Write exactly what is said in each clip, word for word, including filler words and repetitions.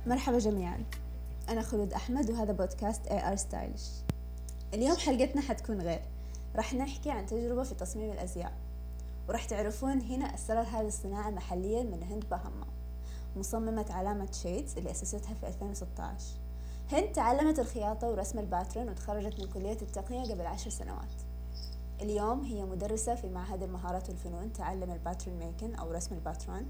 مرحبا جميعا، أنا خلود أحمد وهذا بودكاست إيه آر Stylish. اليوم حلقتنا حتكون غير، رح نحكي عن تجربة في تصميم الأزياء، ورح تعرفون هنا أسرار هذه الصناعة محليا من هند باهما، مصممة علامة شيدز اللي أسستها في ألفين وستة عشر. هند تعلمت الخياطة ورسم الباترن وتخرجت من كلية التقنية قبل عشر سنوات. اليوم هي مدرسة في معهد المهارات والفنون تعلم الباترن ميكن أو رسم الباترن،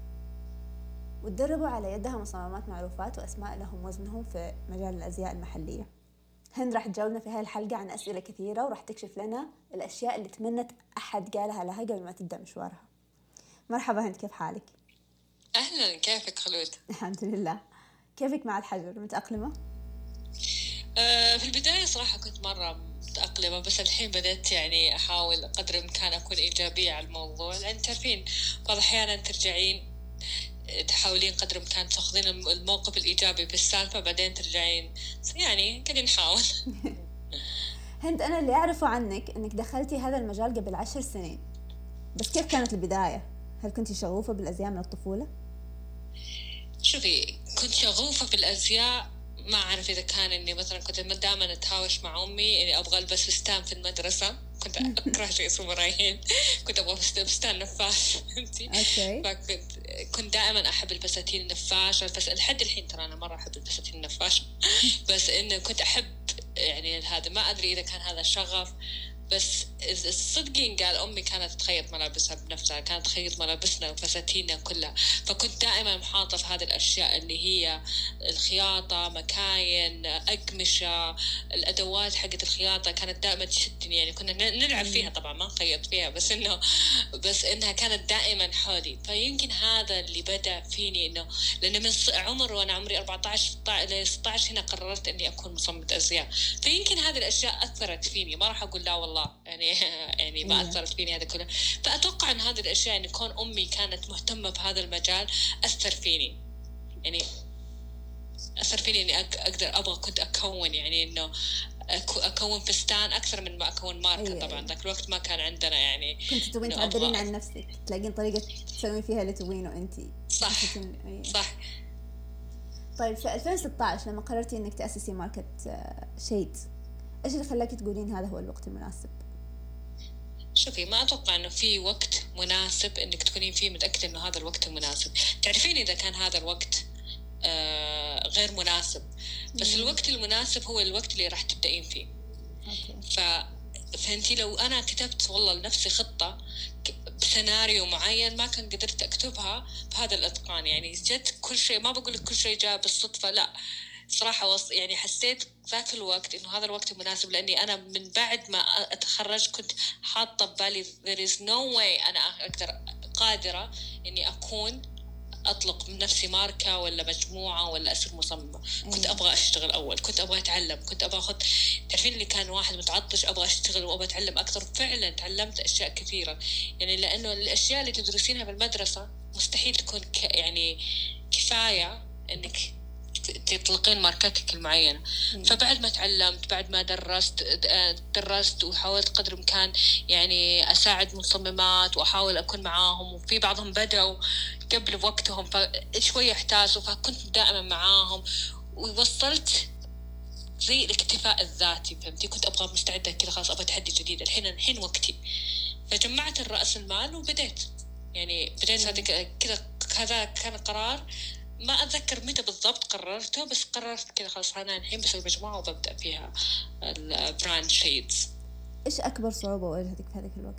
وتدربوا على يدها مصممات معروفات وأسماء لهم وزنهم في مجال الأزياء المحلية. هند راح تجاوبنا في هاي الحلقة عن أسئلة كثيرة، وراح تكشف لنا الأشياء اللي تمنت أحد قالها لها قبل ما تبدأ مشوارها. مرحبا هند، كيف حالك؟ أهلا، كيفك خلود؟ الحمد لله. كيفك مع الحجر، متأقلمة؟ أه في البداية صراحة كنت مرة متأقلمة، بس الحين بدأت يعني أحاول قدر الإمكان أكون إيجابية على الموضوع، لأن تعرفين بعض الأحيان ترجعين تحاولين قدر الإمكان تأخذين الموقف الإيجابي بالسالفة، بعدين ترجعين يعني قاعدين نحاول. هند، أنا اللي أعرفه عنك أنك دخلتي هذا المجال قبل عشر سنين، بس كيف كانت البداية؟ هل كنتي شغوفة بالأزياء من الطفولة؟ شوفي، كنت شغوفة بالأزياء، ما أعرف إذا كان إني مثلا كنت دائما أتهاوش مع أمي إني أبغى ألبس فستان في المدرسة، كنت أكره شيء اسمه مرايين، كنت أبغى فستان نفاش، فهمتي؟ فكنت كنت دائما أحب البساتين النفاش، بس لحد الحين ترى أنا مرة أحب البساتين النفاش، بس إنه كنت أحب يعني هذا، ما أدري إذا كان هذا شغف، بس الصدقين قال أمي كانت تخيط ملابسها بنفسها، كانت تخيط ملابسنا وفساتيننا كلها، فكنت دائما محاطة في هذه الأشياء اللي هي الخياطة، مكاين، أقمشة، الأدوات حقت الخياطة كانت دائما تشدني، يعني كنا نلعب فيها طبعا ما نخيط فيها، بس إنه بس إنها كانت دائما حولي. فيمكن هذا اللي بدأ فيني، إنه لأن من عمر وأنا عمري أربعة عشر ل ستة عشر هنا قررت إني أكون مصممة أزياء، فيمكن هذه الأشياء أثرت فيني، ما راح أقول لا والله يعني يعني ما أثرت فيني هذا كله. فأتوقع أن هذه الأشياء أن كون أمي كانت مهتمة بهذا المجال أثر فيني، يعني أثر فيني إني أقدر أبغى كنت أكون يعني إنه أكون فستان أكثر من ما أكون ماركة. أيه. طبعا ذاك الوقت ما كان عندنا يعني كنت تبين تعبرين عن نفسك، تلاقين طريقة تسوين فيها اللي تبينه أنتي. صح. أيه. صح. طيب في ألفين وستة عشر لما قررتي إنك تأسسي ماركة شيدز، إيش اللي خلاكي تقولين هذا هو الوقت المناسب؟ شوفي، ما أتوقع إنه في وقت مناسب إنك تكونين فيه متأكدة إنه هذا الوقت المناسب. تعرفين إذا كان هذا الوقت آه غير مناسب، بس مم. الوقت المناسب هو الوقت اللي راح تبدأين فيه. أوكي. ف فهمتي، لو أنا كتبت والله لنفسي خطة بسيناريو معين ما كان قدرت أكتبها بهذا الإتقان، يعني جت كل شيء، ما بقول لك كل شيء جاء بالصدفة، لا صراحة وص... يعني حسيت ذاك الوقت إنه هذا الوقت المناسب، لأني أنا من بعد ما أتخرج كنت حاطة ببالي there is no way أنا أقدر قادرة إني أكون أطلق من نفسي ماركة ولا مجموعة ولا أصير مصممة. كنت أبغى أشتغل أول، كنت أبغى أتعلم، كنت أبغى أخذ، تعرفين اللي كان واحد متعطش أبغى أشتغل وأبغى أتعلم أكثر. فعلا تعلمت أشياء كثيرة، يعني لأنه الأشياء اللي تدرسينها بالمدرسة مستحيل تكون ك... يعني كفاية إنك تطلقين ماركتك المعينة. فبعد ما تعلمت، بعد ما درست درست وحاولت قدر الإمكان يعني أساعد مصممات وأحاول أكون معاهم، وفي بعضهم بدأوا قبل وقتهم فشوية احتاجوا، فكنت دائما معاهم ووصلت زي الاكتفاء الذاتي، فهمتي؟ كنت أبغى مستعدة كذا، خلاص أبغى تحدي جديد، الحين الحين وقتي. فجمعت الرأس المال وبدأت يعني بدأت هذا كذا. هذا كان قرار ما أتذكر متى بالضبط قررته، بس قررت كذا خلاص أنا الحين بسوي مجموعة وببدأ فيها البراند شيدز. إيش أكبر صعوبة واجهتك في هذاك الوقت؟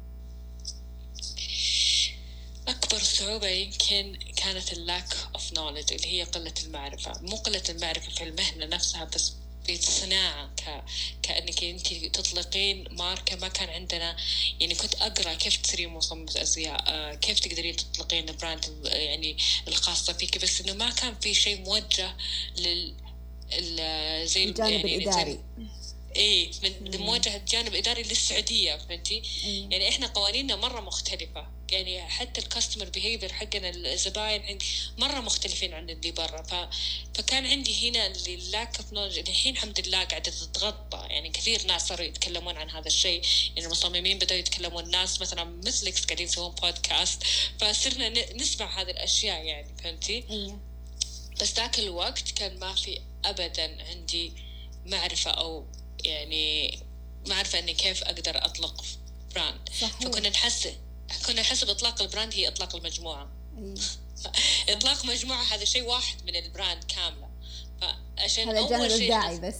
أكبر صعوبة يمكن كانت اللاك أوف نوليدج، اللي هي قلة المعرفة، مو قلة المعرفة في المهنة نفسها، بس في الصناعة ك... كأنك أنت تطلقين ماركة. ما كان عندنا يعني، كنت أقرأ كيف تصيرين مصممة أزياء، آه كيف تقدرين تطلقين براند يعني الخاصة فيك، بس إنه ما كان في شيء موجه لل ال... زي الجانب يعني الإداري. إيه، من موجه الجانب الإداري للسعودية، فهمتي؟ يعني إحنا قوانيننا مرة مختلفة، يعني حتى الكاستمر بيهيفير حقنا الزباين مرة مختلفين عن اللي برا. ف... فكان عندي هنا اللي اللاك اوف نولج، الحين الحمد لله قاعدة تتغطى، يعني كثير ناس صاروا يتكلمون عن هذا الشيء، يعني المصممين بدأوا يتكلمون، ناس مثلا مثلك قاعدين يسوون بودكاست، فصرنا ن... نسمع هذه الأشياء يعني، فهمتي؟ أيه. بس ذاك الوقت كان ما في أبدا عندي معرفة أو يعني معرفة إني كيف أقدر أطلق براند. صحيح. فكنا نحس كنا نحس بإطلاق البراند هي إطلاق المجموعة. أيه. إطلاق مجموعة هذا شيء واحد من البراند كاملة. فعشان هذا أول شيء الداعي بس.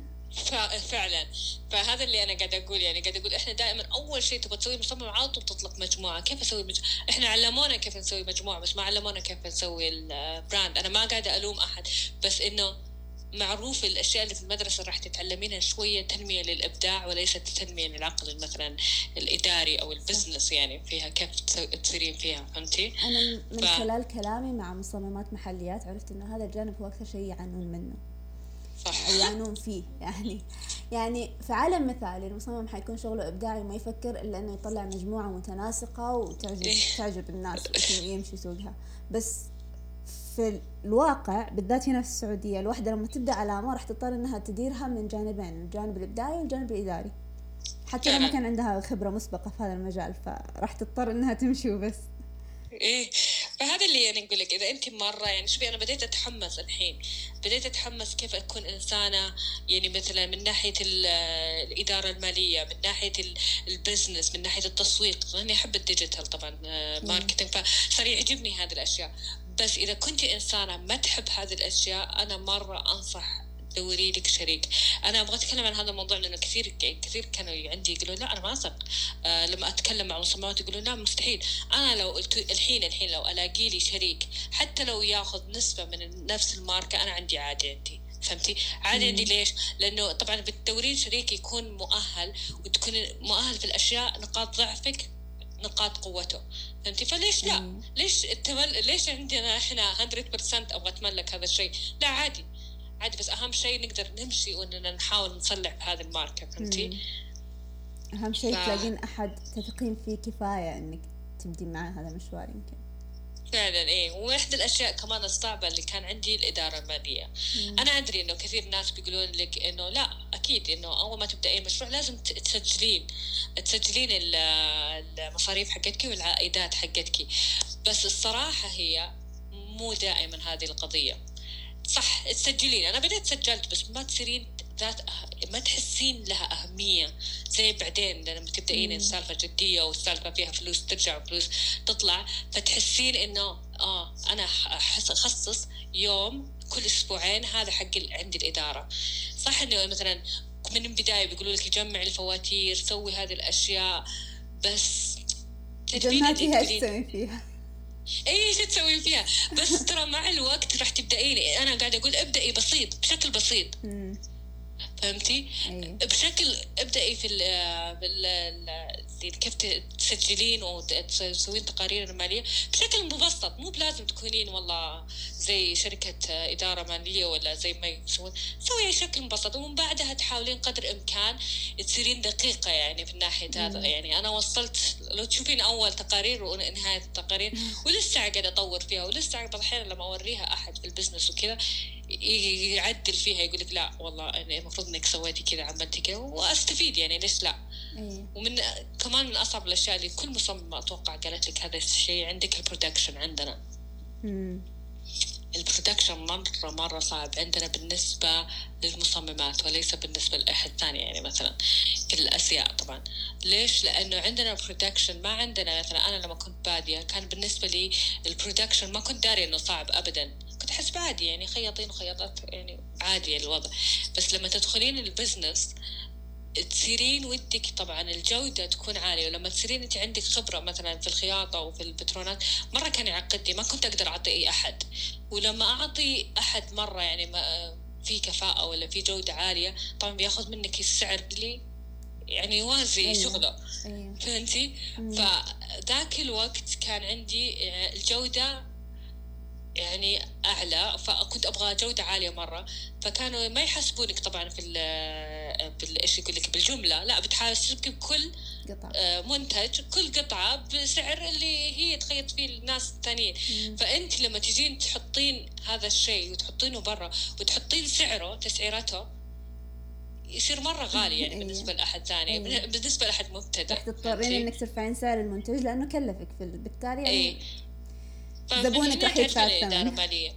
فعلا فهذا اللي أنا قاعدة أقول، يعني قاعدة أقول إحنا دائما أول شيء تبغى تسوي مصمم على طول تطلق مجموعة. كيف أسوي مج... إحنا علمونا كيف نسوي مجموعة بس ما علمونا كيف نسوي البراند. أنا ما قاعدة ألوم أحد، بس إنه معروف الأشياء اللي في المدرسة راح تتعلمينها شوية تنمية للإبداع وليست تنمية للعقل مثلا الإداري أو البزنس، يعني فيها كيف تصيرين فيها. فهمتي؟ أنا من ف... خلال كلامي مع مصممات محليات عرفت إنه هذا الجانب هو أكثر شيء يعانون منه. صح. يعانون فيه يعني يعني في عالم مثالي المصمم حيكون شغله إبداعي وما يفكر إلا إنه يطلع مجموعة متناسقة وتعجب تعجب الناس ويمشي سوقها. بس في الواقع بالذات هنا في السعودية الوحدة لما تبدأ علامة راح تضطر إنها تديرها من جانبين، الجانب الإبداعي والجانب الإداري، حتى لو ما كان عندها خبرة مسبقة في هذا المجال فراح تضطر إنها تمشي وبس. إيه فهذا اللي يعني نقول لك إذا أنت مرة يعني شوفي أنا بديت أتحمس الحين، بديت أتحمس كيف أكون إنسانة يعني مثلا من ناحية الإدارة المالية، من ناحية البزنس، من ناحية التسويق، لأني أحب الديجيتال طبعا ماركتينج، فصار يعجبني هذه الأشياء. بس إذا كنت إنسانة ما تحب هذه الأشياء أنا مرة أنصح دوري لك شريك. أنا أبغى أتكلم عن هذا الموضوع لأنه كثير كثير كانوا عندي يقولوا لا أنا ما أثق. آه لما أتكلم مع مصممات يقولوا لا مستحيل. أنا لو الحين الحين لو ألاقي لي شريك حتى لو يأخذ نسبة من نفس الماركة أنا عندي عادي عندي. فهمتي؟ عادي عندي. ليش؟ لأنه طبعا بتدورين شريك يكون مؤهل وتكون مؤهل في الأشياء نقاط ضعفك نقاط قوته. فهمتي؟ فليش لا؟ مم. ليش التمل ليش عندنا إحنا مية بالمية أبغى أتملك هذا الشيء؟ لا عادي عادي، بس أهم شيء نقدر نمشي وإننا نحاول نصلح بهذه الماركة. فهمتي؟ أهم شيء ف... تلاقين أحد تثقين فيه كفاية إنك تبدي معه هذا المشوار. يمكن فعلا إيه. وإحدى الأشياء كمان الصعبة اللي كان عندي الإدارة المالية. مم. أنا أدري إنه كثير ناس بيقولون لك إنه لا أكيد إنه أول ما تبدأ أي مشروع لازم تسجلين تسجلين المصاريف حقتك والعائدات حقتك، بس الصراحة هي مو دائما هذه القضية. صح تسجلين، أنا بديت سجلت بس ما تصيرين ذات أه... ما تحسين لها أهمية زي بعدين لما تبدأين السالفة جدية والسالفة فيها فلوس ترجع وفلوس تطلع، فتحسين إنه آه أنا أخصص يوم كل أسبوعين هذا حق عندي الإدارة. صح إنه مثلا من البداية بيقولوا لك جمع الفواتير سوي هذه الأشياء، بس جمعتيها إيش تسوي فيها؟ ايش تسوي فيها؟ بس ترى مع الوقت راح تبدأين. انا قاعده اقول ابدأي بسيط بشكل بسيط. فهمتي؟ أيه. بشكل ابدأي في ال كيف تسجلين وتسوين تقارير مالية بشكل مبسط، مو بلازم تكونين والله زي شركة إدارة مالية ولا زي ما يسوون، سوي أي شكل مبسط ومن بعدها تحاولين قدر إمكان تصيرين دقيقة يعني في الناحية هذا. يعني أنا وصلت لو تشوفين أول تقارير ونهاية التقارير ولسه قاعدة أطور فيها ولسه بعض الأحيان لما أوريها أحد في البزنس وكذا يعدل فيها يقول لك لا والله يعني المفروض انك سويتي كذا عملتي كذا واستفيد يعني ليش لا. أيه. ومن كمان من اصعب الاشياء اللي كل مصمم اتوقع قالت لك هذا الشيء عندك البرودكشن. عندنا مم. البرودكشن مرة مرة صعب عندنا بالنسبة للمصممات وليس بالنسبة لأحد ثاني. يعني مثلا في الأزياء طبعا ليش؟ لأنه عندنا البرودكشن ما عندنا. مثلا أنا لما كنت بادية كان بالنسبة لي البرودكشن ما كنت داري إنه صعب أبدا، كنت أحس عادي يعني خياطين وخياطات يعني عادي الوضع. بس لما تدخلين البزنس تصيرين ودك طبعا الجودة تكون عالية، ولما تصيرين انت عندك خبرة مثلا في الخياطة وفي البترونات مرة كان يعقدني، ما كنت أقدر أعطي أي أحد. ولما أعطي أحد مرة يعني ما في كفاءة ولا في جودة عالية طبعا بياخذ منك السعر اللي يعني يوازي أيوة. شغله أيوة. فهمتي؟ فذاك الوقت كان عندي الجودة يعني أعلى، فكنت أبغى جودة عالية مرة، فكانوا ما يحسبونك طبعا في ال بالإيش يقول لك بالجملة، لا بتحاسبك بكل قطعة. منتج كل قطعة بسعر اللي هي تخيط فيه الناس الثانيين. فأنت لما تجين تحطين هذا الشيء وتحطينه برا وتحطين سعره تسعيرته يصير مرة غالي يعني. أيه. بالنسبة لأحد ثاني. أيه. بالنسبة لأحد مبتدأ تضطرين إنك ترفعين سعر المنتج لأنه كلفك في بالتالي يعني أيه. زبونك راح يدفع الثمن. مالية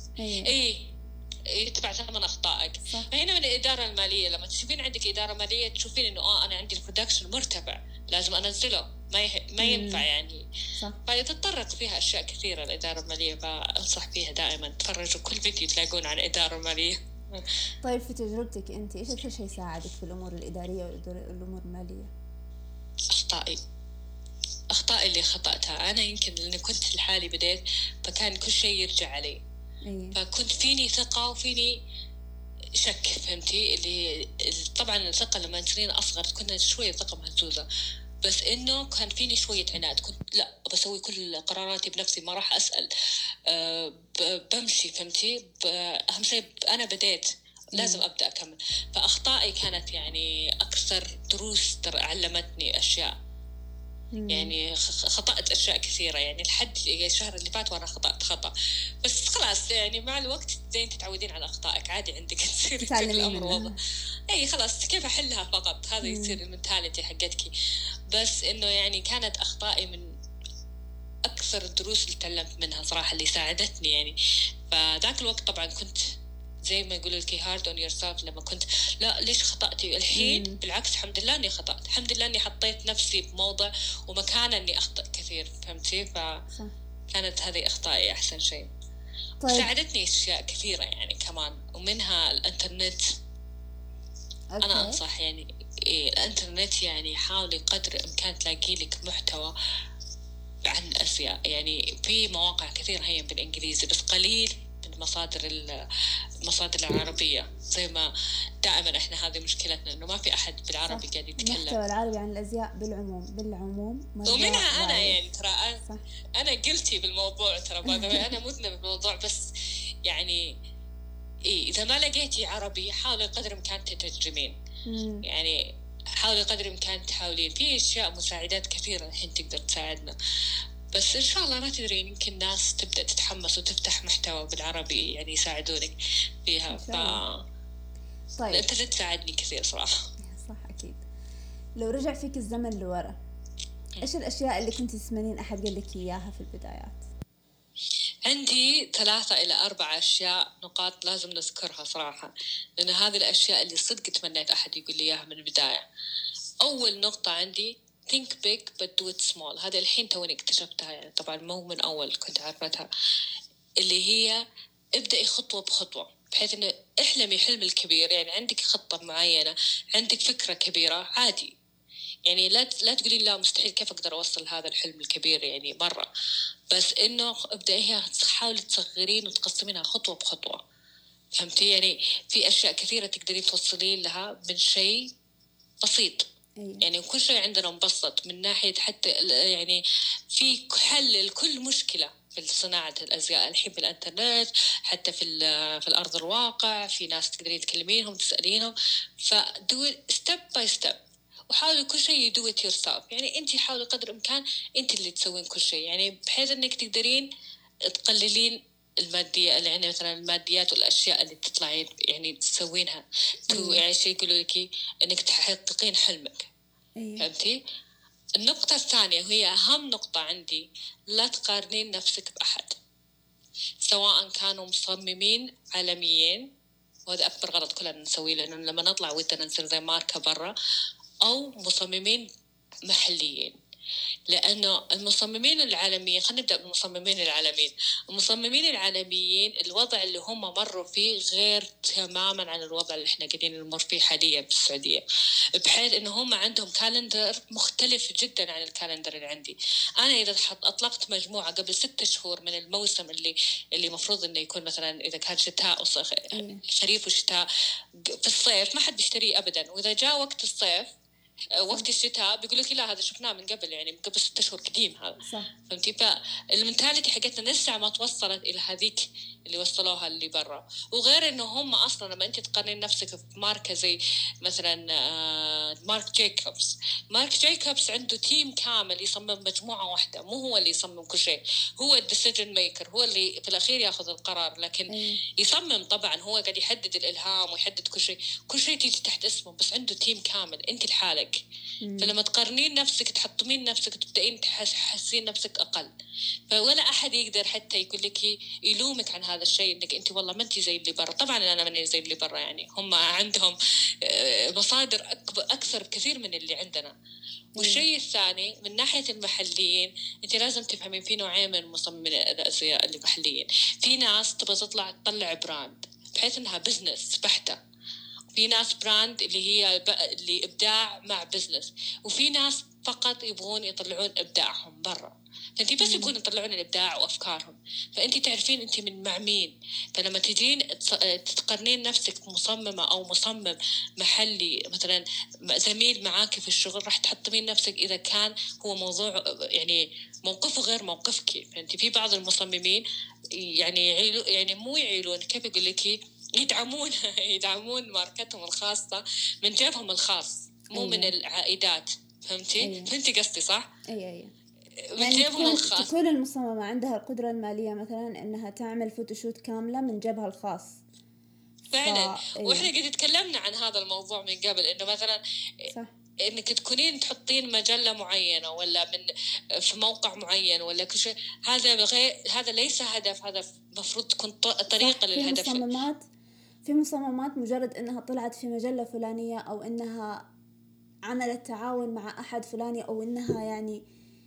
أيه. إيه يتبع ثمن أخطائك. صح. فهنا من الإدارة المالية، لما تشوفين عندك إدارة مالية تشوفين إنه آه أنا عندي البرودكشن مرتفع لازم أنزله، ما يه... ما ينفع يعني. صح. فتتطرق فيها أشياء كثيرة الإدارة المالية، فأنصح فيها دائما تفرجوا كل فيديو تلاقون عن الإدارة المالية. طيب في تجربتك أنت إيش أكثر شيء ساعدك في الأمور الإدارية والأمور المالية؟ أخطائي أخطائي اللي خطأتها أنا، يمكن لأني كنت لحالي بديت فكان كل شيء يرجع علي. أيه. فكنت فيني ثقة وفيني شك، فهمتي؟ اللي طبعا الثقة لما تصيرين أصغر كنا شوية ثقة مهزوزة، بس إنه كان فيني شوية عناد، كنت لا بسوي كل قراراتي بنفسي ما راح أسأل، أه بمشي، فهمتي؟ أهم شيء أنا بديت لازم أبدأ أكمل. فأخطائي كانت يعني أكثر دروس علمتني أشياء. مم. يعني خطأت أشياء كثيرة يعني لحد الشهر اللي فات وأنا خطأت خطأ، بس خلاص يعني مع الوقت زين تتعودين على أخطائك عادي، عندك تصير الأمر واضح. أي خلاص كيف أحلها فقط، هذا يصير المنتاليتي حقتك. بس إنه يعني كانت أخطائي من أكثر الدروس اللي تعلمت منها صراحة، اللي ساعدتني يعني. فذاك الوقت طبعا كنت زي ما يقولوا لك hard on yourself، لما كنت لا ليش خطأتي الحين. مم. بالعكس الحمد لله اني خطأت، الحمد لله اني حطيت نفسي بموضع ومكان اني اخطأ كثير، فهمتي؟ فكانت هذه اخطائي احسن شيء. طيب. ساعدتني اشياء كثيرة يعني كمان، ومنها الانترنت. أوكي. انا انصح يعني إيه الانترنت، يعني حاولي قدر الامكان تلاقي لك محتوى عن الاشياء، يعني في مواقع كثير هي بالانجليزي بس قليل مصادر المصادر العربية، زي ما دائما احنا هذه مشكلتنا انه ما في احد بالعربي قاعد يتكلم. المحتوى العربي عن الازياء بالعموم بالعموم ومنها انا يعني ترى انا, أنا قلتي بالموضوع ترى انا مذنبة بالموضوع، بس يعني إيه اذا ما لقيتي عربي حاولي قدر الامكان تترجمين. يعني حاولي قدر الامكان تحاولين، في اشياء مساعدات كثيرة الحين تقدر تساعدنا، بس إن شاء الله ما تدرين يمكن ناس تبدأ تتحمس وتفتح محتوى بالعربي يعني يساعدونك فيها. ف طيب. أنت تساعدني كثير صراحة. صح أكيد. لو رجع فيك الزمن لورا إيش الأشياء اللي كنت تتمنين أحد قال لك إياها في البدايات؟ عندي ثلاثة إلى أربع أشياء نقاط لازم نذكرها صراحة، لأن هذه الأشياء اللي صدق تمنيت أحد يقول لي إياها من البداية. أول نقطة عندي think big but do it small. هذا الحين توني اكتشفتها يعني، طبعا مو من أول كنت عارفتها، اللي هي ابدأي خطوة بخطوة، بحيث إنه احلمي حلم الكبير. يعني عندك خطة معينة، عندك فكرة كبيرة، عادي يعني لا لا تقولين لا مستحيل كيف أقدر أوصل هذا الحلم الكبير يعني مرة، بس إنه ابدأيها، حاولي تصغرين وتقسمينها خطوة بخطوة، فهمتي؟ يعني في أشياء كثيرة تقدرين توصلين لها من شيء بسيط. يعني كل شيء عندنا مبسط من ناحية، حتى يعني في حل لكل مشكلة في صناعة الأزياء الحين بالإنترنت، حتى في في الأرض الواقع في ناس تقدرين تكلمينهم تسألينهم. فدو ستيب باي ستيب، وحاولي كل شيء do it yourself. يعني أنت حاولي قدر الإمكان أنت اللي تسوين كل شيء، يعني بحيث أنك تقدرين تقللين المادية، يعني مثلا الماديات والأشياء اللي تطلعين يعني تسوينها تو يعني شيء يقولوا لك إنك تحققين حلمك. أيه. فهمتي؟ النقطة الثانية وهي أهم نقطة عندي، لا تقارنين نفسك بأحد، سواء كانوا مصممين عالميين، وهذا أكبر غلط كلنا نسويه، لأنه لما نطلع ودنا نصير زي ماركة برا، أو مصممين محليين. لأنه المصممين العالميين، خلينا نبدأ بالمصممين العالميين. المصممين العالميين الوضع اللي هم مروا فيه غير تماما عن الوضع اللي احنا قاعدين نمر فيه حاليا بالسعودية، بحيث إنه هم عندهم كالندر مختلف جدا عن الكالندر اللي عندي. أنا إذا أطلقت مجموعة قبل ستة شهور من الموسم اللي اللي مفروض إنه يكون مثلا إذا كان شتاء وصيف، خريف وشتاء، في الصيف ما حد بيشتريه أبدا، وإذا جاء وقت الصيف وقت الشتاء بيقولوا لك لا هذا شفناه من قبل، يعني من قبل ستة شهور قديم هذا. فهمتي؟ فالمنتاليتي حقتنا لسه ما توصلت إلى هذيك اللي وصلوها اللي برا. وغير إنه هم أصلاً لما أنت تقارنين نفسك في ماركة زي مثلاً مارك جايكوبس، مارك جايكوبس عنده تيم كامل يصمم مجموعة واحدة، مو هو اللي يصمم كل شيء، هو الديسيجن ميكر، هو اللي في الأخير يأخذ القرار، لكن أيه. يصمم طبعاً، هو قاعد يحدد الإلهام ويحدد كل شيء، كل شيء تيجي تحت اسمه، بس عنده تيم كامل، أنت لحالك. فلما تقارنين نفسك تحطمين نفسك تبدأين تحسين نفسك أقل، فولا أحد يقدر حتى يقول لك يلومك عن هذا الشيء إنك أنت والله ما أنت زي اللي برا. طبعا أنا مني زي اللي برا، يعني هم عندهم مصادر أكبر أكثر بكثير من اللي عندنا. والشيء الثاني من ناحية المحليين، أنت لازم تفهمين في نوعين من مصممين الأزياء اللي محليين. في ناس تبغى تطلع تطلع براند بحيث إنها بزنس بحتة، في ناس براند اللي هي اللي إبداع مع بزنس، وفي ناس فقط يبغون يطلعون إبداعهم برا. فأنتي بس يبغون يطلعون الإبداع وأفكارهم، فأنتي تعرفين أنتي من مع مين. فلما تجين تقارنين نفسك مصممة أو مصمم محلي مثلا زميل معاكي في الشغل، راح تحطمين نفسك إذا كان هو موضوع يعني موقفه غير موقفك. فأنتي في بعض المصممين يعني يعيلو يعني مو يعيلون، كيف يقول لك، يدعمون يدعمون ماركتهم الخاصة من جيبهم الخاص، مو أيوة. من العائدات. فهمتي؟ أيوة. فهمتي قصدي صح؟ أي أي من يعني جيبهم تكون, الخاص. تكون المصممة عندها القدرة المالية مثلا إنها تعمل فوتوشوت كاملة من جيبها الخاص فعلا. ف... وإحنا قد تكلمنا عن هذا الموضوع من قبل، إنه مثلا صح. إنك تكونين تحطين مجلة معينة ولا من في موقع معين ولا كل شيء، هذا غير، هذا ليس هدف، هذا مفروض تكون طريقة للهدف. في مصممات في مصممات مجرد إنها طلعت في مجلة فلانية أو إنها عملت تعاون مع أحد فلاني أو إنها يعني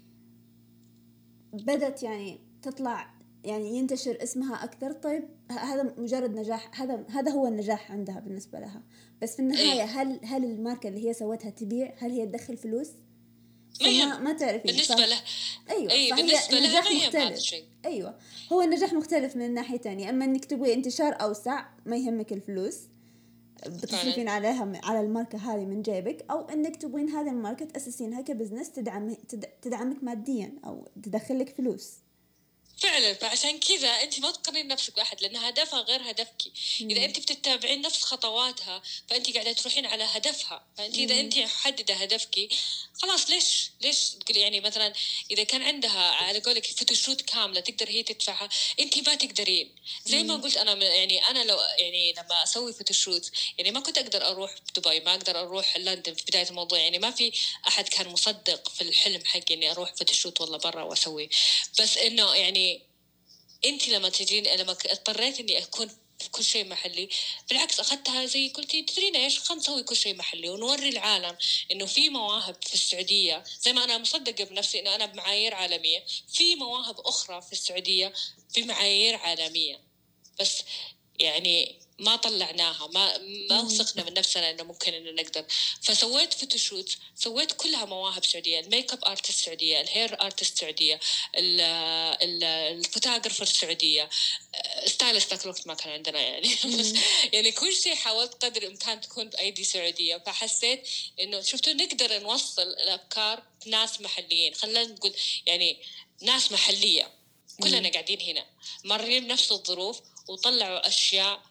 بدت يعني تطلع يعني ينتشر اسمها أكثر، طيب هذا مجرد نجاح، هذا هذا هو النجاح عندها بالنسبة لها. بس في النهاية أيه. هل هل الماركة اللي هي سوتها تبيع؟ هل هي تدخل فلوس؟ ما ما تعرفين بالنسبة له. أيوة. أيه فهي بالنسبة النجاح له مختلف. أيوة هو النجاح مختلف من الناحية تانية. أما إنك تبغي انتشار أوسع ما يهمك الفلوس، بتصرفين عليها على الماركة هذه من جيبك، أو إنك تبغين هذه الماركة تأسسينها كبزنس تدعم تدعمك ماديا أو تدخلك فلوس. فعلا. فعشان كذا انت ما تقارنين نفسك بأحد، لان هدفها غير هدفك. اذا انت بتتبعين نفس خطواتها فانت قاعده تروحين على هدفها. فانت اذا انت محدده هدفك خلاص، ليش ليش تقولي يعني مثلا اذا كان عندها على قولك فوتوشوت كامله تقدر هي تدفعها، انت ما تقدرين. زي ما قلت انا يعني انا لو يعني لما اسوي فوتوشوت يعني ما كنت اقدر اروح دبي، ما اقدر اروح لندن في بدايه الموضوع، يعني ما في احد كان مصدق في الحلم حقي اني اروح فوتوشوت والله برا واسوي. بس انه يعني انت لما تجين لما اضطريت اني اكون في كل شيء محلي، بالعكس اخذتها زي قلتي تدرين ايش، خلينا نسوي كل شيء محلي ونوري العالم انه في مواهب في السعوديه. زي ما انا مصدقه بنفسي انه انا بمعايير عالميه، في مواهب اخرى في السعوديه بمعايير عالميه، بس يعني ما طلعناها، ما ما وثقنا من نفسنا انه ممكن انه نقدر. فسويت فوتوشوت، سويت كلها مواهب سعوديه، الميك اب ارتست سعوديه، الهير ارتست سعوديه، الفوتوغرافر السعوديه، ستايلست ذاك الوقت ما كان عندنا يعني بس يعني كل شيء حاولت قدر الامكان تكون بايدي سعوديه. فحسيت انه شفتوا نقدر نوصل الافكار ناس محليين، خلينا نقول يعني ناس محليه كلنا قاعدين هنا مرين بنفس الظروف وطلعوا أشياء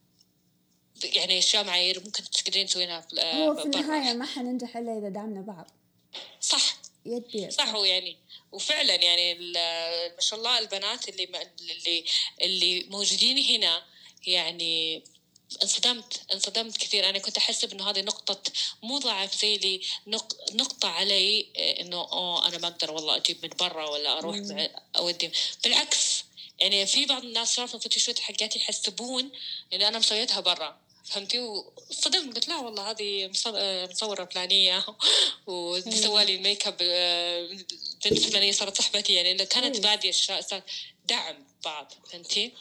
يعني أشياء معايير ممكن تقدرين تسوينها في هو في النهاية ما حننجح إلا إذا دعمنا بعض. صح يد بيد. صح. صح. ويعني وفعلا يعني ما شاء الله البنات اللي اللي اللي موجودين هنا يعني انصدمت انصدمت كثير. أنا كنت أحسب إنه هذه نقطة مو ضعف زي لي نق... نقطة علي إنه أوه أنا ما أقدر والله أجيب من برا ولا أروح مع أودي. بالعكس يعني في بعض الناس شافوا الفوتوشوت حقاتي يحسبون إن أنا مسويتها برا، فهمتي؟ وصدمت قلت لا والله هذه مصورة فلانية وسوالي الميك اب بنت فلانية صارت صاحبتي، يعني كانت بادية الشيء دعم بعض، فهمتي؟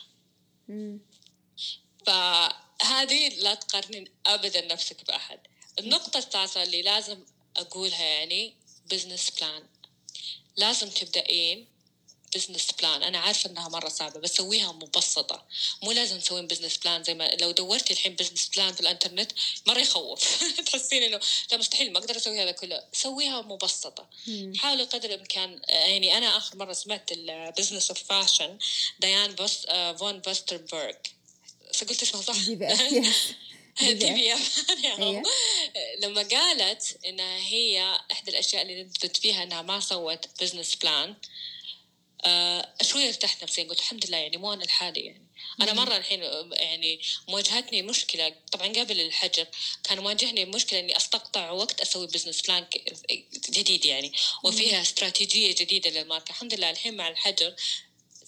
فهذه لا تقارنين أبدا نفسك بأحد. النقطة الثالثة اللي لازم أقولها يعني بزنس بلان. لازم تبدأين بزنس بلان. أنا عارفة أنها مرة صعبة بس سويها مبسطة، مو لازم تسوين بزنس بلان زي ما لو دورتي الحين بزنس بلان في الانترنت مرة يخوف تحسين إنه لا مستحيل ما أقدر أسوي هذا كله. سويها مبسطة. حاولي قدر الإمكان. يعني أنا آخر مرة سمعت البزنس اوف فاشن ديان بوس فون بوستربرغ، فقلت اسمها صح؟ دي بي اف دي بي اف لما قالت إنها هي إحدى الأشياء اللي ندبت فيها إنها ما سوت بزنس بلان، آه شوية ارتحت نفسيا، قلت الحمد لله يعني مو أنا الحالي. يعني أنا مرة الحين يعني مواجهتني مشكلة طبعا قبل الحجر كان مواجهني مشكلة إني أستقطع وقت أسوي بزنس بلان جديد يعني وفيها استراتيجية جديدة للماركة. الحمد لله الحين مع الحجر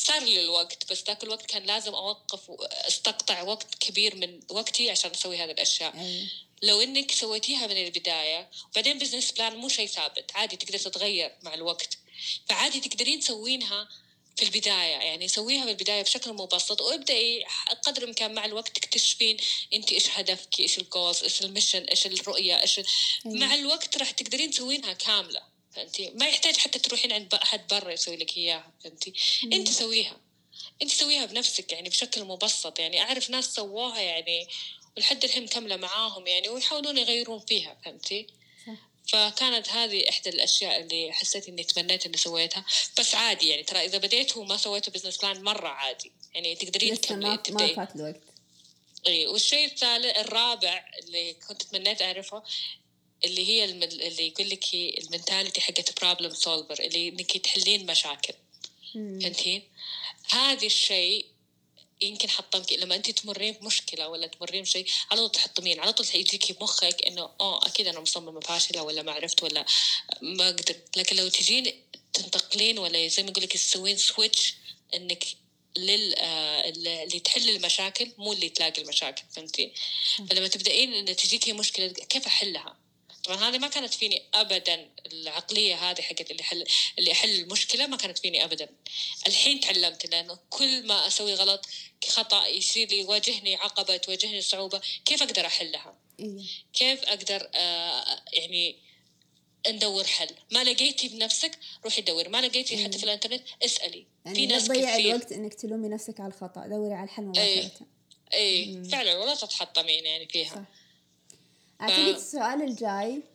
صار لي الوقت، بس ذاك الوقت كان لازم أوقف واستقطع وقت كبير من وقتي عشان أسوي هذه الأشياء. أي. لو إنك سويتيها من البداية، وبعدين بزنس بلان مو شيء ثابت، عادي تقدر تتغير مع الوقت، فعادي تقدرين تسوينها في البداية، يعني سويها في البداية بشكل مبسط، وابدأي قدر الإمكان مع الوقت تكتشفين أنت إيش هدفك، إيش الجولز، إيش الميشن، إيش الرؤية، إيش أي. مع الوقت راح تقدرين تسوينها كاملة. فأنتي ما يحتاج حتى تروحين عند أحد برا يسوي لك إياها، فأنتي أنت سويها، أنت سويها بنفسك يعني بشكل مبسط. يعني أعرف ناس سووها يعني ولحد الحين مكملة معاهم يعني، ويحاولون يغيرون فيها، فهمتي؟ صح. فكانت هذه إحدى الأشياء اللي حسيت إني تمنيت إني سويتها. بس عادي يعني، ترى إذا بديت وما سويته بزنس بلان مرة عادي يعني، تقدرين لسه تكملي ما تبدأي. ما فات الوقت. إيه. والشيء الثالث الرابع اللي كنت تمنيت أعرفه، اللي هي الم... اللي يقول لك هي المنتاليتي حقت بروبلم سولفر، اللي إنك تحلين مشاكل. فهمتين؟ هذا الشيء يمكن حطمك لما أنت تمرين بمشكلة ولا تمرين بشيء، على طول تحطمين، على طول يجيكي بمخك إنه آه أكيد أنا مصممة فاشلة ولا ما عرفت ولا ما قدرت. لكن لو تجين تنتقلين ولا زي ما يقولك تسوين سويتش، إنك لل آه اللي تحل المشاكل مو اللي تلاقي المشاكل، فهمتي؟ فلما تبدأين إن تجيكي مشكلة كيف أحلها. طبعا هذه ما كانت فيني أبدا، العقلية هذه حقت اللي حل اللي أحل المشكلة ما كانت فيني أبدا. الحين تعلمت، لأنه كل ما أسوي غلط خطأ يصير لي يواجهني عقبة، تواجهني صعوبة، كيف أقدر أحلها؟ إيه. كيف أقدر آه يعني ندور حل. ما لقيتي بنفسك روحي دوري، ما لقيتي إيه. حتى في الانترنت اسألي. يعني في ناس تضيع كثير الوقت إنك تلومي نفسك على الخطأ، دوري على الحل مباشرة. أي أي فعلا، ولا تتحطمين يعني فيها. صح. أعتقد السؤال الجاي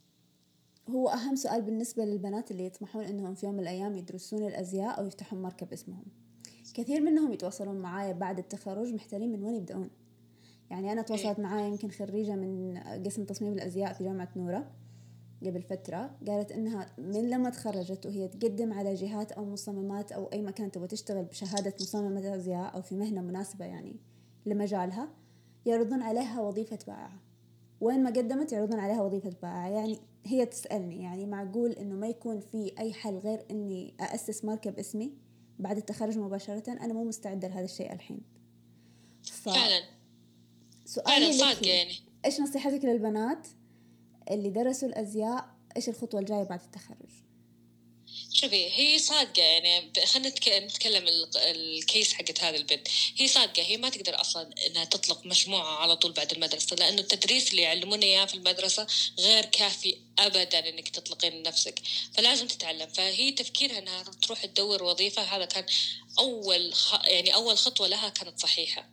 هو أهم سؤال بالنسبة للبنات اللي يطمحون أنهم في يوم من الأيام يدرسون الأزياء أو يفتحون ماركة باسمهم. كثير منهم يتواصلون معايا بعد التخرج محتارين من وين يبدأون. يعني أنا تواصلت معايا يمكن خريجة من قسم تصميم الأزياء في جامعة نورة قبل فترة، قالت إنها من لما تخرجت وهي تقدم على جهات أو مصممات أو أي مكان تبغى تشتغل بشهادة مصممة أزياء أو في مهنة مناسبة يعني لمجالها، يعرضون عليها وظيفة بائعة. وين ما قدمت يعرضون عليها وظيفة بائعة. يعني هي تسألني يعني معقول إنه ما يكون في أي حل غير إني أأسس ماركة باسمي بعد التخرج مباشرة؟ أنا مو مستعدة لهذا الشيء الحين. ف... فعلا سؤالي فعلا لك يعني. إيش نصيحتك للبنات اللي درسوا الأزياء؟ إيش الخطوة الجاية بعد التخرج؟ شوفي، هي صادقة يعني، خلينا نتكلم الكيس حقت هذا البنت. هي صادقة، هي ما تقدر أصلا إنها تطلق مجموعة على طول بعد المدرسة، لأنه التدريس اللي يعلمونا إياه في المدرسة غير كافي أبدا إنك تطلقين نفسك، فلازم تتعلم. فهي تفكيرها إنها تروح تدور وظيفة، هذا كان أول خ... يعني أول خطوة لها كانت صحيحة.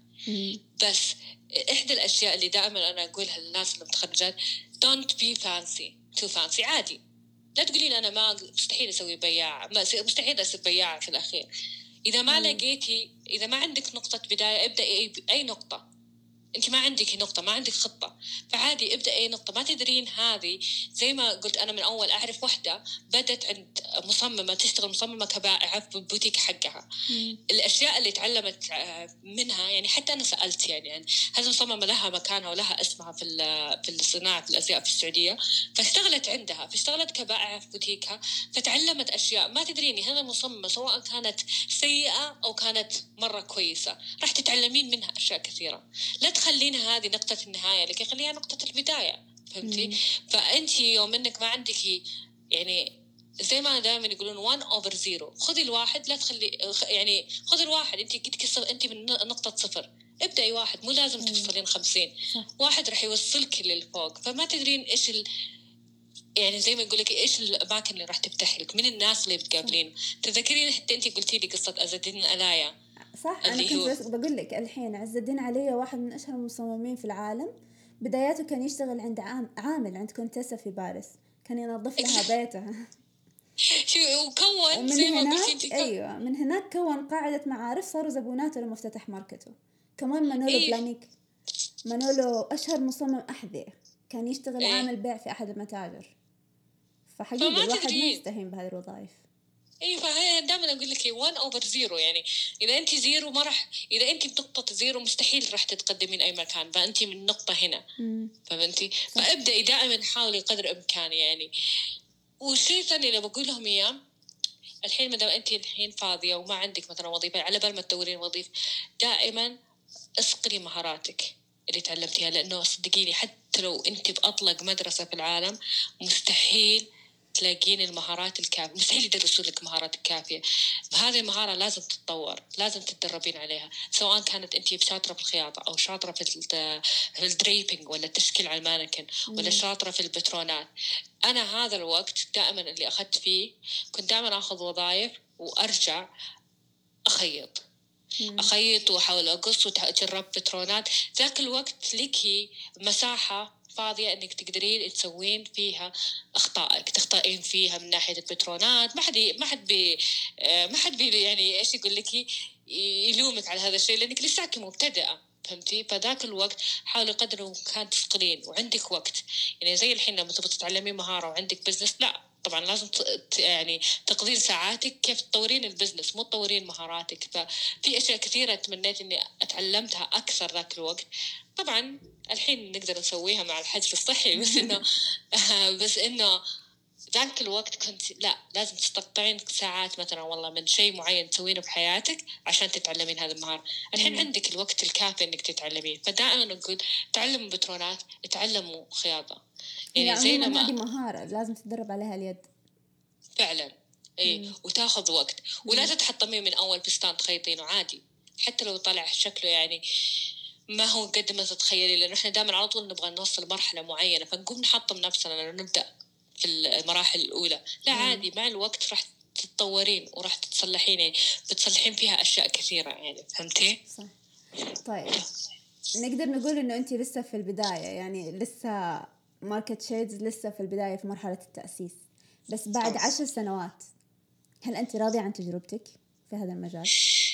بس إحدى الأشياء اللي دائما أنا أقولها للناس اللي متخرجات، don't be fancy too fancy. عادي، لا تقولين أنا ما مستحيل أسوي بياعة، مستحيل أصير بياعة في الأخير. إذا ما مم. لقيتي، إذا ما عندك نقطة بداية، ابدأ أي, أي نقطة. أنت ما عندك نقطة، ما عندك خطة، فعادي ابدأ أي نقطة. ما تدرين هذه، زي ما قلت أنا من أول أعرف واحدة بدت عند مصممة تشتغل مصممة كبائعة في البوتيك حقها. مم. الأشياء اللي تعلمت منها يعني، حتى أنا سألت يعني, يعني هذه المصممة لها مكانها ولها اسمها في في الصناعة الأزياء في السعودية، فاشتغلت عندها، فاشتغلت كبائعة في بوتيكها، فتعلمت أشياء ما تدريني. هذا المصممة سواء كانت سيئة أو كانت مرة كويسة راح تتعلمين منها أشياء كثيرة. لا تخلينها هذه نقطة النهاية، لكن خليها نقطة البداية، فهمتي؟ فأنت يوم إنك ما عندك يعني، زي ما دائما يقولون one over zero، خذي الواحد، لا تخلي يعني خذي الواحد. أنت قد أنت من نقطة صفر، ابدأي واحد، مو لازم تفصلين خمسين. واحد رح يوصلك للفوق. فما تدرين إيش ال يعني زي ما يقولك إيش الأماكن اللي راح تفتح لك، من الناس اللي بتقابلين. تذكرين حتى أنت قلتي لي قصة عز الدين الآلاية. صح، أنا كنت بس بقول لك الحين عز الدين عليا واحد من أشهر المصممين في العالم. بداياته كان يشتغل عند عامل عند كونتيسا في باريس، كان ينظف لها بيتها. شو وكون زي ما قلتي. أيوة، من هناك كون قاعدة معارف، صاروا زبوناته لما افتتح ماركته. كمان مانولو إيه؟ بلانيك مانولو أشهر مصمم أحذية، كان يشتغل إيه؟ عامل بيع في أحد المتاجر. فحقيقة الواحد ما يستهين بهذه الوظائف. ايه، فهي دائما اقول لك one over zero. يعني اذا انت زيرو ما راح، اذا انت بنقطه زيرو مستحيل راح تتقدمين اي مكان، فانت من نقطه هنا، فهمتي؟ فابدأي دائما، حاولي قدر امكان يعني. والشيء الثاني اللي بقول لهم اياه، الحين مدام أنت الحين فاضية وما عندك مثلا وظيفة، على بال ما تدورين وظيفة دائما اصقلي مهاراتك اللي تعلمتيها، لأنه صدقيني حتى لو أنت بأطلق مدرسة في العالم مستحيل تلاقين المهارات الكافية، مستحيل يدرسوا لك مهارات الكافية. هذه المهارة لازم تتطور، لازم تتدربين عليها، سواء كانت أنت شاطرة في الخياطة أو شاطرة في في الدريبينج ولا التشكيل على المانكن ولا شاطرة في البترونات. أنا هذا الوقت دائما اللي أخذت فيه كنت دائما أخذ وظائف وأرجع أخيط أخيط وأحاول أقص وأجرب بترونات. ذاك الوقت لك مساحة فاضية إنك تقدرين تسوين فيها أخطائك، تخطئين فيها من ناحية البترونات. ما حد ما حد بي ما حد بي يعني إيش يقول لك يلومك على هذا الشيء لأنك لساك مبتدئة، فهمتي؟ فذاك الوقت حاولي قدر الإمكان تثقلين وعندك وقت. يعني زي الحين لما تبغي تتعلمين مهارة وعندك بزنس، لا طبعا لازم يعني تقضين ساعاتك كيف تطورين البزنس، مو تطورين مهاراتك. ففي أشياء كثيرة تمنيت إني أتعلمتها أكثر ذاك الوقت. طبعا الحين نقدر نسويها مع الحجر الصحي، بس إنه بس إنه ذاك الوقت كنت لا لازم تستقطعين ساعات مثلا والله من شيء معين تسوينه بحياتك عشان تتعلمين هذه المهارة. الحين عندك الوقت الكافي إنك تتعلمين، فدائما نقول تعلموا بترونات، تعلموا خياطة. يعني زي لما هذه مهارة لازم تتدرب عليها اليد فعلا. إيه وتاخذ وقت. ولا تتحطمين من أول فستان تخيطينه عادي حتى لو طلع شكله يعني ما هو قد ما تتخيلي، لأنه إحنا دائما على طول نبغى نوصل مرحلة معينة فنقوم نحطم نفسنا لأنه نبدأ في المراحل الأولى. لا عادي مع الوقت راح تتطورين وراح تتصلحين، يعني بتصلحين فيها أشياء كثيرة. يعني فهمتي؟ صح. طيب نقدر نقول إنه أنت لسه في البداية، يعني لسه ماركت شيدز لسه في البداية في مرحلة التأسيس، بس بعد عشر سنوات هل أنت راضية عن تجربتك في هذا المجال؟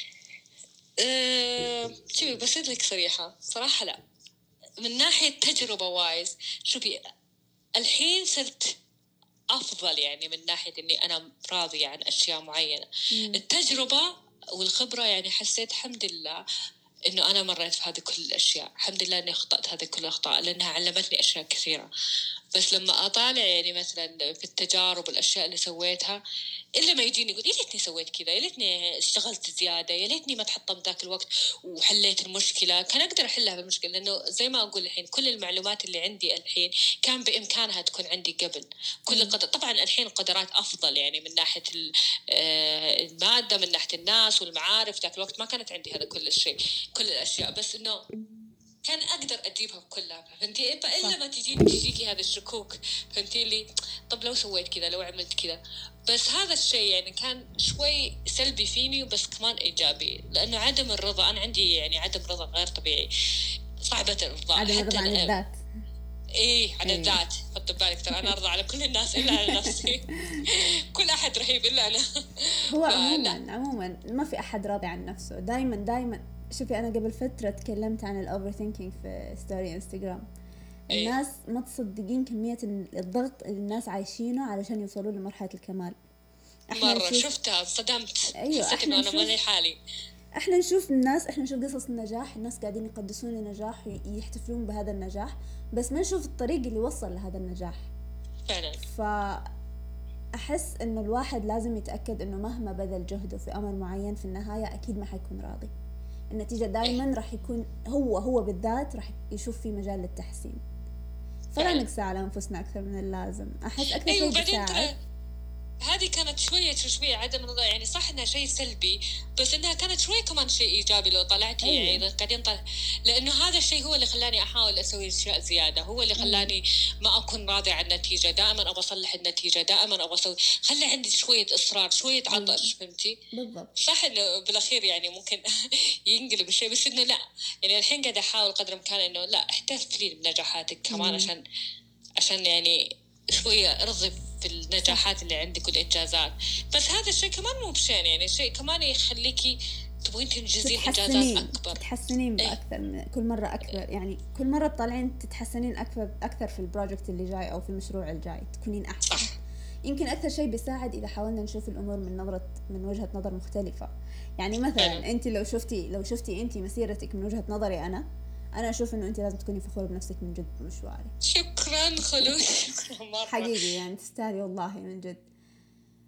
أه شوفي بصير لك صريحة صراحة لا. من ناحية تجربة وايز شوفي الحين صرت أفضل، يعني من ناحية إني أنا راضية عن أشياء معينة. مم. التجربة والخبرة يعني حسيت الحمد لله إنه أنا مريت في هذه كل الأشياء، الحمد لله إني أخطأت هذه كل الأخطاء لأنها علمتني أشياء كثيرة. بس لما أطالع يعني مثلا في التجارب والأشياء اللي سويتها إلا ما يجيني يقول يا ليتني سويت كذا، يا ليتني اشتغلت زيادة، يا ليتني ما تحطمت ذاك الوقت وحليت المشكلة، كان أقدر أحلها بالمشكلة. لأنه زي ما أقول الحين كل المعلومات اللي عندي الحين كان بإمكانها تكون عندي قبل. كل قدر طبعا الحين القدرات أفضل يعني من ناحية المادة، من ناحية الناس والمعارف. ذاك الوقت ما كانت عندي هذا كل الشيء كل الأشياء، بس إنه كان أقدر أجيبها كلها. فهمتي؟ إلا ما تجيني تجيكي هذا الشكوك، فهمتي لي؟ طب لو سويت كذا، لو عملت كذا. بس هذا الشيء يعني كان شوي سلبي فيني وبس كمان إيجابي، لأنه عدم الرضا. أنا عندي يعني عدم رضا غير طبيعي، صعبة الرضا. عدم الرضا عن الذات. إيه عن إيه. الذات. حط بالك ترى أنا أرضى على كل الناس إلا على نفسي. كل أحد رهيب إلا أنا. هو عموما عموما ما في أحد راضي عن نفسه. دايما دايما شوفي أنا قبل فترة تكلمت عن الأوفر ثينكينج في ستوري إنستغرام. الناس ما تصدقين كمية الضغط اللي الناس عايشينه علشان يوصلوا لمرحلة الكمال. مرة نشوف... شفتها صدمت. أيوة حسيت إنه أنا مالي حالي. إحنا نشوف الناس إحنا نشوف قصص النجاح، الناس قاعدين يقدسون النجاح ويحتفلون بهذا النجاح، بس ما نشوف الطريق اللي وصل لهذا النجاح فعلا. فأحس إنه الواحد لازم يتأكد إنه مهما بذل جهده في أمر معين في النهاية أكيد ما حيكون راضي. النتيجة دائما راح يكون هو هو بالذات راح يشوف في مجال للتحسين. فلا نقسى على أنفسنا أكثر من اللازم. أحس أكثر أيوة شيء بيساعد. هذه كانت شوية شوية عدم الرضا، يعني صح إنها شيء سلبي بس إنها كانت شوية كمان شيء إيجابي لو طلعتي. أيوة. يعني قاعدين طلع، لأنه هذا الشيء هو اللي خلاني أحاول أسوي أشياء زيادة، هو اللي خلاني ما أكون راضي عن النتيجة. دائما أبغى أصلح النتيجة، دائما أبغى أسوي، خلي عندي شوية إصرار، شوية عطش. أيوة. فهمتي؟ بالضبط. صح إنه بالأخير يعني ممكن ينقلب الشيء، بس إنه لا يعني الحين قاعدة أحاول قدر الإمكان إنه لا احتفلي بنجاحاتك كمان. أيوة. عشان عشان يعني شوية ارضي في النجاحات اللي عندك والإنجازات. بس هذا الشيء كمان مو بشين، يعني شيء كمان يخليكي تبغين تنجزين إنجازات أكبر، تتحسنين بأكثر من كل مرة أكثر. يعني كل مرة تطلعين تتحسنين أكثر أكثر في البروجكت اللي جاي أو في المشروع الجاي تكونين أحسن. صح. يمكن أكثر شيء بيساعد إذا حاولنا نشوف الأمور من نظرة من وجهة نظر مختلفة. يعني مثلا أنا. أنت لو شفتي لو شفتي أنت مسيرتك من وجهة نظري أنا أنا أشوف إنه أنت لازم تكوني فخورة بنفسك من جد مشوارك. شكرا خلود. حقيقي يعني تستاهلي والله من جد.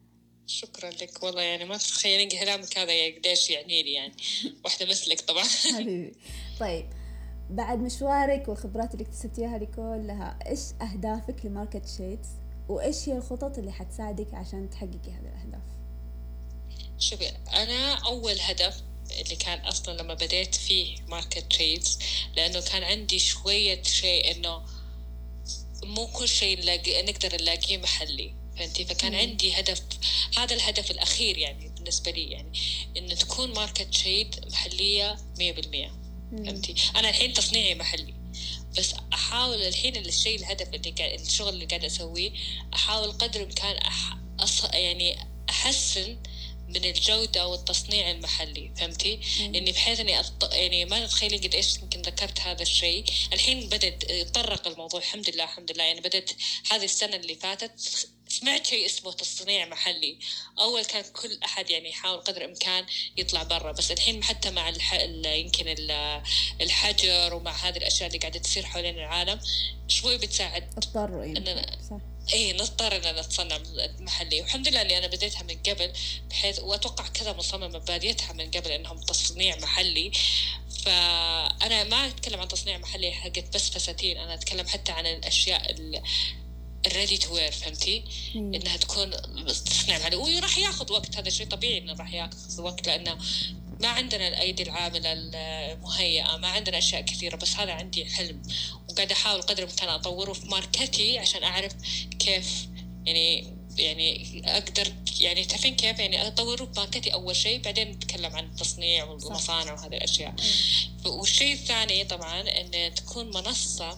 شكرا لك والله، يعني ما تتخيلين كلامك هذا يعني قديش يعني لي، يعني واحدة مثلك طبعا. حبيبي. طيب، بعد مشوارك والخبرات اللي اكتسبتيها هذه كلها، إيش أهدافك لماركت شيدز؟ وإيش هي الخطط اللي حتساعدك عشان تحققي هذه الأهداف؟ شوفي، أنا أول هدف اللي كان أصلا لما بديت فيه ماركت شيدز، لأنه كان عندي شوية شيء إنه مو كل شيء نلاقي نقدر نلاقيه محلي، فهمتي؟ فكان مم. عندي هدف، هذا الهدف الأخير يعني بالنسبة لي، يعني إن تكون ماركت شيد محلية مية بالمية. مم. فهمتي؟ أنا الحين تصنيعي محلي، بس أحاول الحين الشيء الهدف اللي قاعد الشغل اللي قاعد أسويه، أحاول قدر الإمكان أح... أص... يعني أحسن من الجودة والتصنيع المحلي. فهمتي؟ مم. إني بحيث إني أط... يعني ما تتخيلين قد إيش يمكن ذكرت هذا الشيء. الحين بدأت يتطرق الموضوع، الحمد لله الحمد لله، يعني بدأت هذه السنة اللي فاتت سمعت شيء اسمه تصنيع محلي. أول كان كل أحد يعني يحاول قدر الإمكان يطلع برا، بس الحين حتى مع الح... يمكن الحجر ومع هذه الأشياء اللي قاعدة تصير حوالين العالم شوي بتساعد اضطروا إننا صح. ايه نضطر اننا نتصنع محلي. والحمد لله اني انا بديتها من قبل، بحيث واتوقع كذا مصممه باديتها من قبل انهم تصنيع محلي. فانا ما اتكلم عن تصنيع محلي حقت بس فساتين، انا اتكلم حتى عن الاشياء الريدي تو وير. فهمتي؟ مم. انها تكون تصنيع محلي، وراح ياخذ وقت، هذا شيء طبيعي انه راح ياخذ وقت، لانه ما عندنا الأيدي العاملة المهيئة، ما عندنا أشياء كثيرة. بس هذا عندي حلم، وقاعد أحاول قدر الإمكان أطوره في ماركتي عشان أعرف كيف يعني يعني أقدر يعني تعرفين كيف يعني أطوره في ماركتي أول شيء، بعدين نتكلم عن التصنيع والمصانع وهذه الأشياء. والشيء الثاني طبعا أن تكون منصة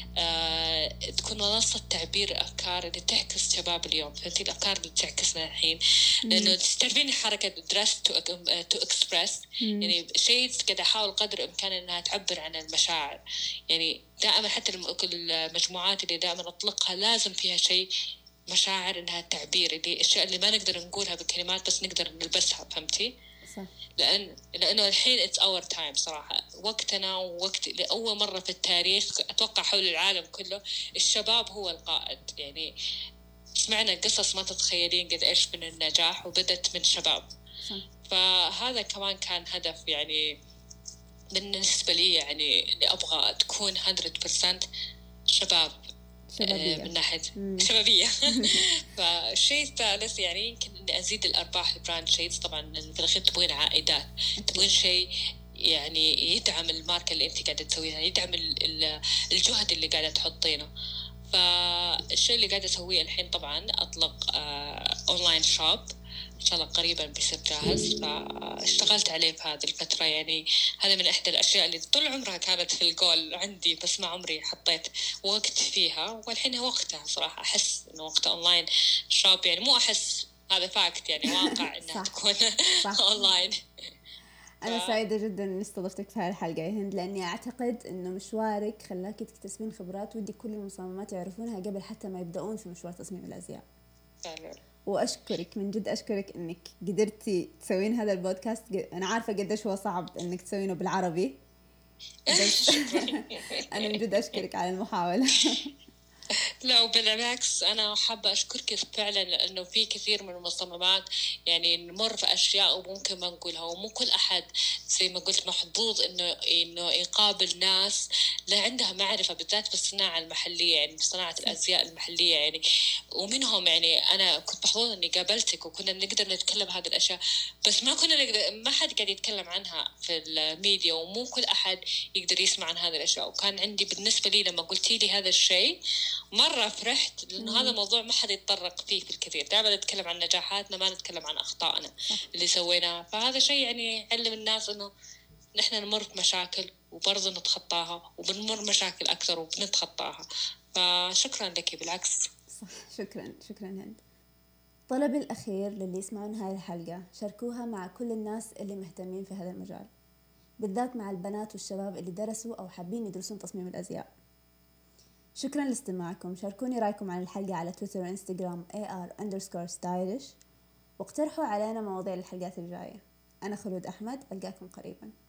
آه، تكون منصة تعبير الأفكار اللي تعكس شباب اليوم. فهمتي؟ الأفكار اللي تعكسنا الحين، لأنه تعرفين حركة dress to, to express، يعني شيء قاعد أحاول قدر الإمكان أنها تعبر عن المشاعر. يعني دائما حتى المجموعات اللي دائما أطلقها لازم فيها شيء مشاعر، إنها تعبير، اللي الأشياء اللي ما نقدر نقولها بالكلمات بس نقدر نلبسها. فهمتي؟ صح. لأن لأنه الحين it's our time صراحة، وقتنا، ووقت لأول مرة في التاريخ أتوقع حول العالم كله الشباب هو القائد. يعني سمعنا قصص ما تتخيلين قد إيش من النجاح وبدت من شباب. صح. فهذا كمان كان هدف يعني بالنسبة لي، يعني اللي أبغى تكون مية بالمية شباب شبابية. من ناحية مم. شبابية. فالشيء الثالث يعني يمكن إني أزيد الأرباح البراند شيدز. طبعا في الأخير تبغين عائدات، تبغين شيء يعني يدعم الماركة اللي أنت قاعدة تسويها، يدعم الجهد اللي قاعدة تحطينه. فالشيء اللي قاعدة أسويه الحين طبعا أطلق أونلاين شوب، إن شاء الله قريبا بيصير جاهز. فاشتغلت عليه في هذه الفترة، يعني هذا من إحدى الأشياء اللي طول عمرها كانت في الجول عندي، بس ما عمري حطيت وقت فيها، والحين وقتها صراحة. أحس إنه وقت أونلاين شوب، يعني مو أحس، هذا فاكت يعني واقع إنها تكون أونلاين. أنا ف... سعيدة جدا إني استضفتك في هذه الحلقة يا هند، لأني أعتقد إنه مشوارك خلاكي تكتسبين خبرات ودي كل المصممات يعرفونها قبل حتى ما يبدأون في مشوار تصميم الأزياء. فعلا. وأشكرك من جد، أشكرك إنك قدرتي تسوين هذا البودكاست. أنا عارفة قديش هو صعب إنك تسوينه بالعربي، بس أنا من جد أشكرك على المحاولة. لا وبالعكس، أنا حابة أشكرك فعلا، لأنه في كثير من المصممات يعني نمر في أشياء وممكن ما نقولها، ومو كل أحد زي ما قلت محظوظ إنه إنه يقابل ناس لا عندها معرفة بالذات بالصناعة المحلية، يعني صناعة الأزياء المحلية يعني. ومنهم يعني أنا كنت محظوظة إني قابلتك وكنا نقدر نتكلم هذه الأشياء، بس ما كنا نقدر، ما حد قاعد يتكلم عنها في الميديا، ومو كل أحد يقدر يسمع عن هذه الأشياء. وكان عندي بالنسبة لي لما قلتي لي هذا الشيء مرة فرحت، لأنه مم. هذا موضوع ما حد يتطرق فيه في الكثير، دائما نتكلم عن نجاحاتنا ما نتكلم عن أخطائنا اللي سويناها. فهذا شيء يعني يعلم الناس إنه نحن نمر بمشاكل وبرضه نتخطاها، وبنمر مشاكل أكثر وبنتخطاها. فشكرا لك بالعكس. صح، شكرا شكرا هند. طلبي الأخير للي يسمعون هاي الحلقة، شاركوها مع كل الناس اللي مهتمين في هذا المجال، بالذات مع البنات والشباب اللي درسوا أو حابين يدرسون تصميم الأزياء. شكرا لاستماعكم. شاركوني رأيكم عن الحلقة على تويتر وإنستغرام إيه آر أندرسكور ستايلش، واقترحوا علينا مواضيع الحلقات الجاية. أنا خلود أحمد، ألقاكم قريبا.